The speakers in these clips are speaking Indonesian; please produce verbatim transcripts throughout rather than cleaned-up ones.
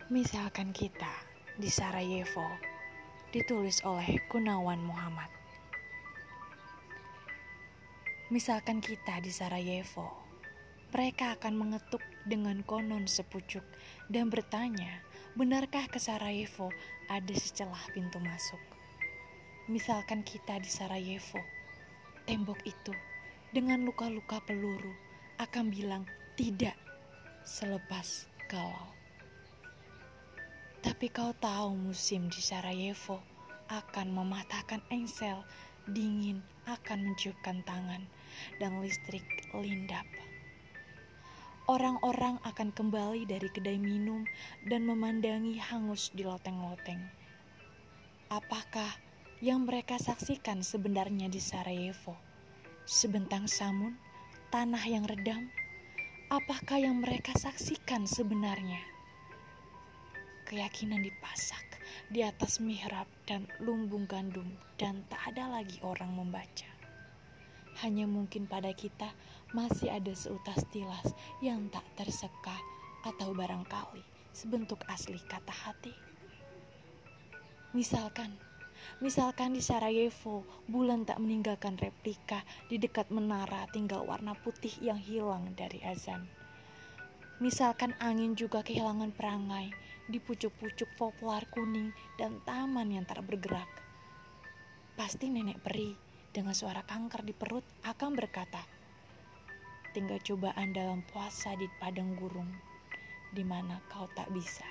Misalkan kita di Sarajevo, ditulis oleh Gunawan Muhammad. Misalkan kita di Sarajevo, mereka akan mengetuk dengan konon sepucuk dan bertanya, benarkah ke Sarajevo ada secelah pintu masuk? Misalkan kita di Sarajevo, tembok itu dengan luka-luka peluru akan bilang tidak selepas galau. Tapi kau tahu musim di Sarajevo akan mematahkan engsel, dingin akan menciupkan tangan, dan listrik lindap. Orang-orang akan kembali dari kedai minum dan memandangi hangus di loteng-loteng. Apakah yang mereka saksikan sebenarnya di Sarajevo? Sebentang samun, tanah yang redam? Apakah yang mereka saksikan sebenarnya? Keyakinan dipasak di atas mihrab dan lumbung gandum, dan tak ada lagi orang membaca. Hanya mungkin pada kita masih ada seutas tilas yang tak terseka, atau barangkali sebentuk asli kata hati. Misalkan, misalkan di Sarajevo bulan tak meninggalkan replika, di dekat menara tinggal warna putih yang hilang dari azan. Misalkan angin juga kehilangan perangai di pucuk-pucuk poplar kuning dan taman yang tak bergerak. Pasti nenek peri dengan suara kanker di perut akan berkata, tinggal cobaan dalam puasa di padang gurun, di mana kau tak bisa.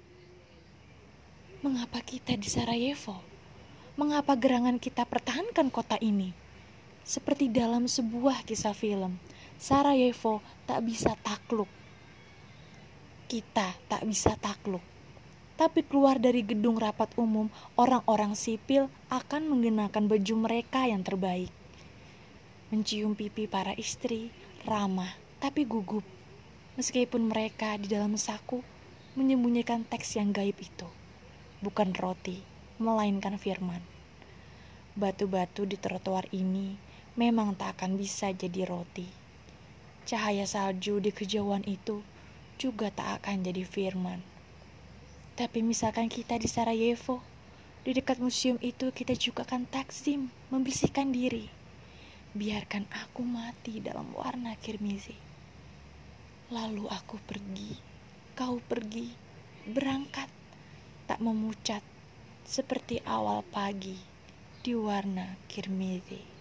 Mengapa kita di Sarajevo? Mengapa gerangan kita pertahankan kota ini? Seperti dalam sebuah kisah film, Sarajevo tak bisa takluk. Kita tak bisa takluk. Tapi keluar dari gedung rapat umum, orang-orang sipil akan mengenakan baju mereka yang terbaik. Mencium pipi para istri, ramah tapi gugup. Meskipun mereka di dalam saku menyembunyikan teks yang gaib itu. Bukan roti, melainkan firman. Batu-batu di trotoar ini memang tak akan bisa jadi roti. Cahaya salju di kejauhan itu juga tak akan jadi firman. Tapi misalkan kita di Sarajevo, di dekat museum itu kita juga akan takzim, membersihkan diri. Biarkan aku mati dalam warna kirmizi. Lalu aku pergi, kau pergi, berangkat, tak memucat seperti awal pagi di warna kirmizi.